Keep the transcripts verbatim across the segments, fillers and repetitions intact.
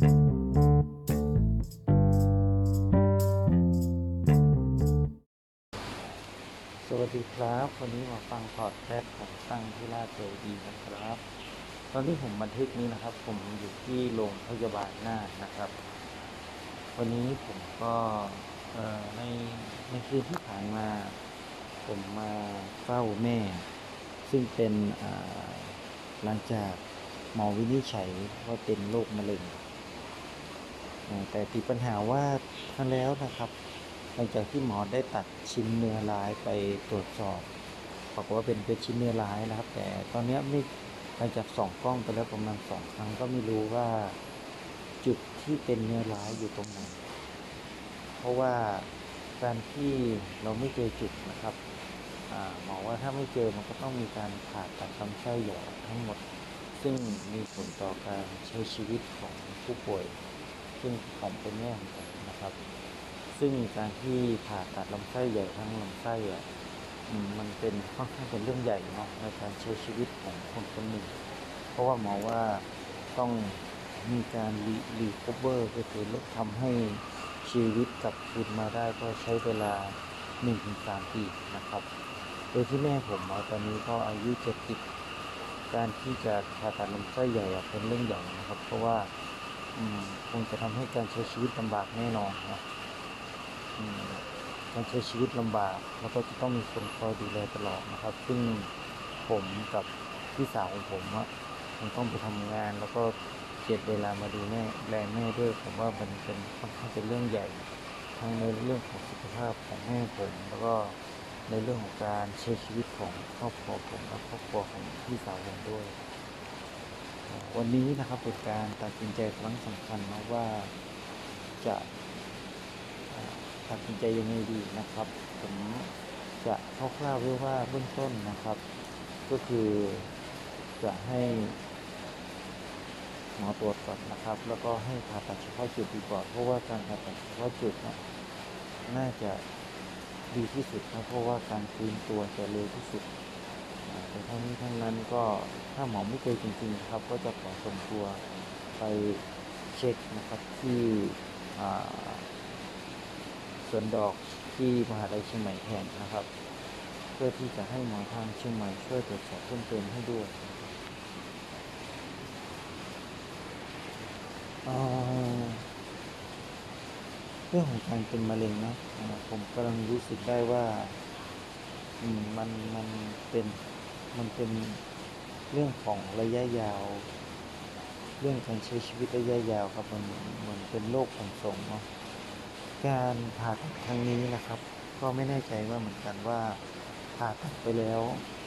สวัสดีครับวันนี้มาฟังพอดแคสต์ของตั้งที่ราชเจดีนะครับตอนที่ผมบันทึกนี้นะครับผมอยู่ที่โรงพยาบาลน่านนะครับวันนี้ผมก็ในในคืนที่ผ่านมาผมมาเฝ้าแม่ซึ่งเป็นหลังจากหมอวินิจฉัยว่าเป็นโรคมะเร็งแต่ติดปัญหาว่าทั้งแล้วนะครับหลังจากที่หมอได้ตัดชิ้นเนื้อร้ายไปตรวจสอบบอกว่าเป็นเป็นชิ้นเนื้อร้ายนะครับแต่ตอนนี้ไม่หลังจากส่องกล้องไปแล้วประมาณสองครั้งก็ไม่รู้ว่าจุดที่เป็นเนื้อร้ายอยู่ตรงไหนเพราะว่าการที่เราไม่เจอจุดนะครับหมอว่าถ้าไม่เจอมันก็ต้องมีการผ่าตัดลำไส้ใหญ่ทั้งหมดซึ่งมีผลต่อการใช้ชีวิตของผู้ป่วยซึ่งผมเป็นแม่ของผมนะครับซึ่งการที่ผ่าตัดลำไส้ใหญ่ทั้งลำไส้อ่ะมันเป็นค่อนข้างเป็นเรื่องใหญ่เนาะในการใช้ชีวิตของคนคนหนึ่งเพราะว่าหมอว่าต้องมีการรีรีคอเวอร์ก็คือทำให้ชีวิตกลับคืนมาได้ก็ใช้เวลา หนึ่งถึงสาม ปีนะครับโดยที่แม่ผมตอนนี้ก็อายุเจ็ดสิบการที่จะผ่าตัดลำไส้ใหญ่เป็นเรื่องใหญ่นะครับเพราะว่าคงจะทำให้การใช้ชีวิตลำบากแน่นอนนะการใช้ชีวิตลำบากแล้วก็จะต้องมีคนคอยดูแลตลอดนะครับซึ่งผมกับพี่สาวของผมอะมันต้องไปทำงานแล้วก็เก็บเวลามาดูแม่แลแม่ด้วยผมว่ามันเป็นค่อนข้างเป็นเรื่องใหญ่ทั้งในเรื่องของสุขภาพของแม่ผมแล้วก็ในเรื่องของการใช้ชีวิตของครอบครัวผมและครอบครัวของพี่สาวผมด้วยวันนี้นะครับเป็นการตัดสินใจครั้งสำคัญนะว่าจะตัดสินใจยังไงดีนะครับผมจะคร่าวๆเรียกว่าเบื้องต้นนะครับก็คือจะให้หมอตรวจก่อนนะครับแล้วก็ให้ผ่าตัดเฉพาะจุดดีกว่าเพราะว่าการผ่าตัดเฉพาะจุดนะน่าจะดีที่สุดนะเพราะว่าการฟื้นตัวจะเร็วที่สุดแต่ทั้งนี้ทั้งนั้นก็ถ้าหมอไม่เจอจริงๆครับก็จะขอส่งตัวไปเช็คนะครับที่สวนดอกที่มหาลัยเชียงใหม่แทนนะครับเพื่อที่จะให้หมอทางเชียงใหม่ช่วยตรวจสอบเพิ่มเติมให้ด้วยเรื่องของการเป็นมะเร็งนะผมกำลังรู้สึกได้ว่ามันมันเป็นมันเป็นเรื่องของระยะยาวเรื่องการใช้ชีวิตระยะยาวครับมันเหมือนเป็นโรคผมส่งเนาะการผ่าตัดครั้งนี้นะครับก็ไม่แน่ใจว่าเหมือนกันว่าผ่าตัดไปแล้ว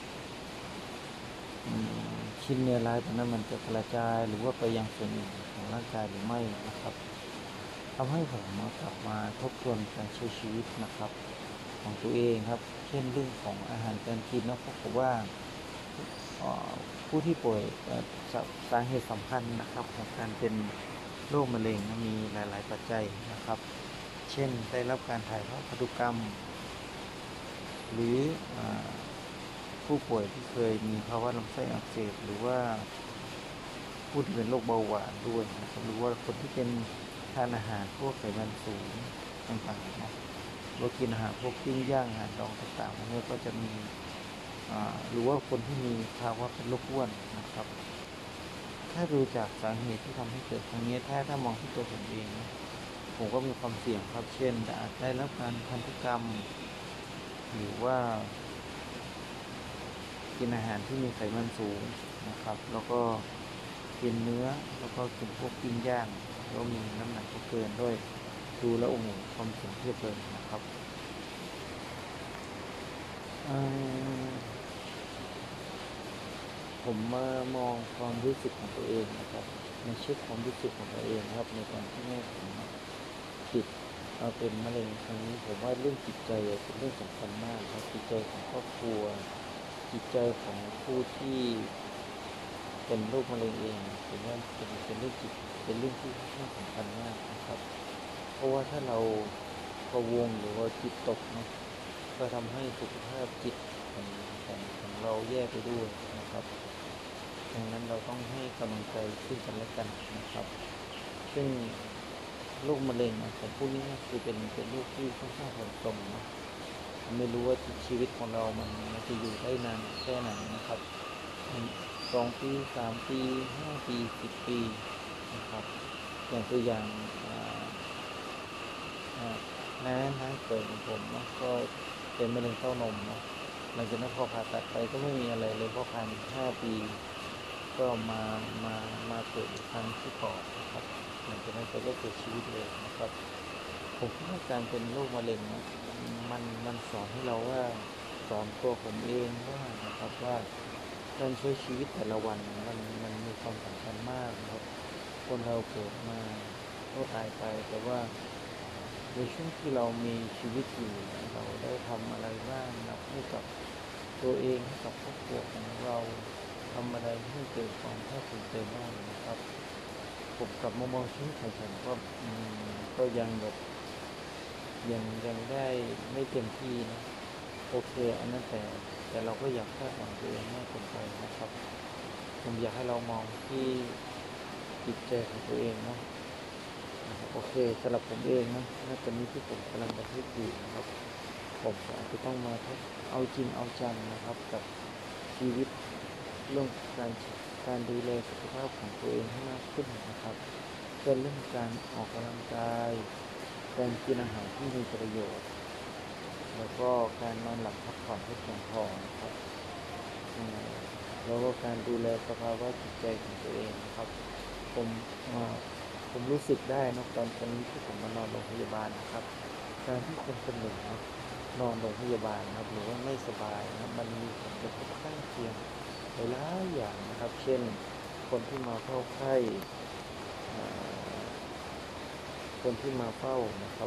ชิ้นเนื้อร้ายตรงนั้นมันจะกระจายหรือว่าไปยังส่วนอื่นของร่างกายหรือไม่นะครับทำให้ผมกลับมาทบทวนการใช้ชีวิตนะครับของตัวเองครับเช่นเรื่องของอาหารการกินนะเพราะว่าผู้ที่ป่วยสาเหตุสำคัญนะครับของการเป็นโรคมะเร็งมีหลายๆปัจจัยนะครับเช่นได้รับการถ่ายทอดพันธุกรรมหรือผู้ป่วยที่เคยมีภาวะลำไส้อักเสบหรือว่าผู้ที่เป็นโรคเบาหวานด้วยนะครับหรือว่าคนที่เป็นทานอาหารพวกไขมันสูงต่างๆนะเรากินอาหารพวกปิ้งย่างอาหารดองต่างๆพวกนี้ก็จะมีหรือว่าคนที่มีภาวะเป็นโรคอ้วนนะครับถ้าดูจากสาเหตุที่ทำให้เกิดครั้งนี้ถ้าถ้ามองที่ตัวผมเองนะผมก็มีความเสี่ยงครับเช่นอาจได้รับการพันธุกรรมหรือว่ากินอาหารที่มีไขมันสูงนะครับแล้วก็กินเนื้อแล้วก็กินพวกปิ้งย่างแล้วมีน้ำหนักก็เกินด้วยดูแล้วโอ้โหความเสี่ยงเทียบเลยนะครับผมมามองความรู้สึกของตัวเองนะครับในเช็คความรู้สึกของตัวเองครับในตอนที่แม่ผมติดเป็นมะเร็งครั้งนี้ผมว่าเรื่องจิตใจเป็นเรื่องสำคัญมากครับจิตใจของครอบครัวจิตใจของผู้ที่เป็นโรคมะเร็งเองผมว่าเป็นเป็นเรื่องจิตเป็นเรื่องที่ค่อนข้างสำคัญมากนะครับเพราะว่าถ้าเรากังวลหรือว่าจิตตกนะก็ทำให้สุขภาพจิตของของของเราแย่ไปด้วยนะครับดังนั้นเราต้องให้กำลังใจซึ่งกันและกันนะครับซึ่งโรคมะเร็งนะผมพูดง่ายๆคือเป็นเป็นโรคที่ค่อนข้างผ่อนปลนเนาะไม่รู้ว่าชีวิตของเรามันมันจะอยู่ได้นานแค่ไหนนะครับอืมสองปีสามปีห้าปีสิบปีนะครับอย่างตัวอย่างอ่าอ่าน้าน้าเกิดของผมเนาะก็เป็นมะเร็งเต้านมเนาะหลังจากนั้นพอผ่าตัดไปก็ไม่มีอะไรเลยพอผ่านอีกห้าปี ก็มามามาเกิดอีกครั้งที่ปอดนะครับหลังจากนั้นก็เสียชีวิตเลยนะครับผมคิดว่าการเป็นโรคมะเร็งนะมันมันสอนให้เราว่าสอนตัวผมเองว่านะครับว่าการใช้ชีวิตแต่ละวันมันมันมีความสำคัญมากนะครับคนเราเกิดมาก็ตายไปแต่ว่าในช่วงที่เรามีชีวิตอยู่เราได้ทำอะไรบ้างนะให้กับตัวเองให้กับครอบครัวของเราทำอะไรให้เกิดความภาคภูมิใจบ้างนะครับผมกลับมามองชีวิตของผมก็อืมก็ยังแบบยังยังได้ไม่เต็มที่นะโอเคอันนั้นแต่แต่เราก็อยากคาดหวังตัวเองมากเกินไปนะครับผมอยากให้เรามองที่จิตใจของตัวเองเนาะนะครับโอเคสำหรับผมเองนะณตอนนี้ที่ผมกำลังบันทึกอยู่นะครับผมก็อาจจะต้องมาทบเอาจริงเอาจังนะครับกับชีวิตเรื่องการการดูแลสุขภาพของตัวเองให้มากขึ้นนะครับเป็นเรื่องการออกกำลังกายการกินอาหารที่มีประโยชน์แล้วก็การนอนหลับพักผ่อนให้เพียงพอนะครับอ่าแล้วก็การดูแลสภาวะจิตใจของตัวเองนะครับผมอ่าผมรู้สึกได้นะตอนตอนนี้ที่ผมมานอนโรงพยาบาลนะครับการที่คนคนหนึ่งนะนอนโรงพยาบาลนะครับหรือว่าไม่สบายนะครับมันมีผลกระทบข้างเคียงหลายๆอย่างนะครับเช่นคนที่มาเฝ้าไข้อ่าคนที่มาเฝ้านะครับ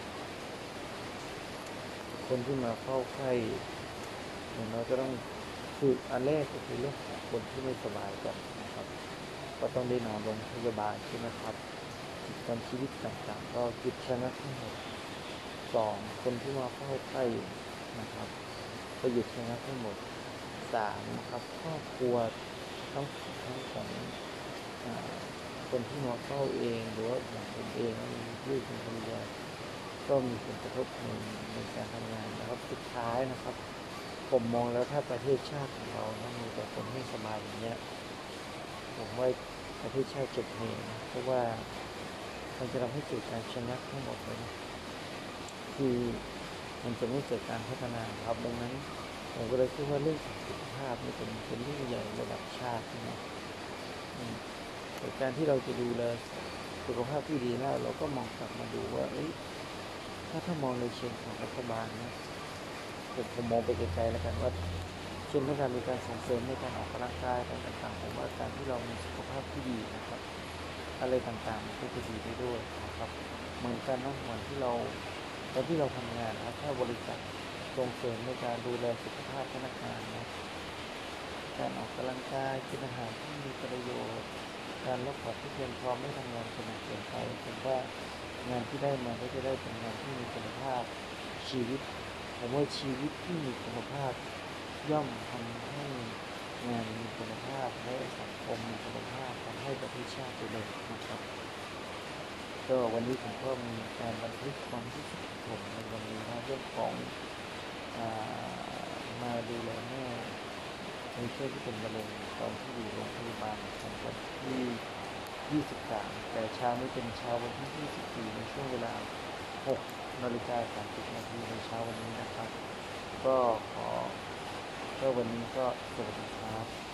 คนที่มาเฝ้าไข้อย่างน้อยก็ต้องคืออันแรกก็คือเรื่องของคนที่ไม่สบายกันนะครับก็ต้องได้นอนโรงพยาบาลใช่ไหมครับกิจกรรมชีวิตต่างๆก็หยุดชะงักทั้งหมดสองคนที่มาเฝ้าไข้นะครับก็หยุดชะงักทั้งหมดสามนะครับครอบครัวทั้งทั้งของอ่าคนที่มาเฝ้าเองหรือว่าอย่างผมเองมีลูกมีภรรยาก็มีผลกระทบในในการทำงานนะครับสุดท้ายนะครับผมมองแล้วถ้าประเทศชาติของเรานะมีแต่คนไม่สบายอย่างเงี้ยผมว่าประเทศชาติจบเหนะเพราะว่ามันจะทำให้เกิดการชะงักทั้งหมดเลยนะคือมันจะไม่เกิดการพัฒนาครับดังนั้นผมก็เลยคิดว่าเรื่องของสุขภาพนี่เป็นเป็นเรื่องใหญ่ระดับชาตินะอืมแต่การที่เราจะดูแลสุขภาพที่ดีแล้วเราก็มองกลับมาดูว่าเอ้ยถ้าถ้ามองในเชิงของรัฐบาลนะผมผมมองไปไกลๆแล้วกันว่าเช่นถ้าการมีการส่งเสริมในการออกกำลังกายอะไรต่างๆผมว่าการที่เรามีสุขภาพที่ดีนะครับอะไรต่างๆมันก็จะดีได้ด้วยนะครับเหมือนกันนะเหมือนที่เราตอนที่เราทำงานนะครับถ้าบริษัทส่งเสริมในการดูแลสุขภาพพนักงานนะการออกกำลังกายกินอาหารที่มีประโยชน์การรับผ่อนที่เพียงพอไม่ทำงานจนหนักเกินไปผมว่างานที่ได้มาก็จะได้เป็นงานที่มีคุณภาพชีวิตผมว่าชีวิตที่มีคุณภาพย่อมทำให้งานมีคุณภาพและสังคมมีคุณภาพทำให้ประเทศชาติเจริญนะครับก็วันนี้ผมก็มีการบันทึกความรู้สึกของผมในวันนี้นะเรื่องของอ่ามาดูแลแม่ในช่วงที่เป็นมะเร็งตอนที่อยู่โรงพยาบาลของวันที่ยี่สิบสามแต่เช้านี้เป็นเช้าวันที่ยี่สิบสี่ในช่วงเวลาหกนาฬิกาสามสิบนาทีในเช้าวันนี้นะครับก็ขอก็วันนี้ก็สวัสดีครับ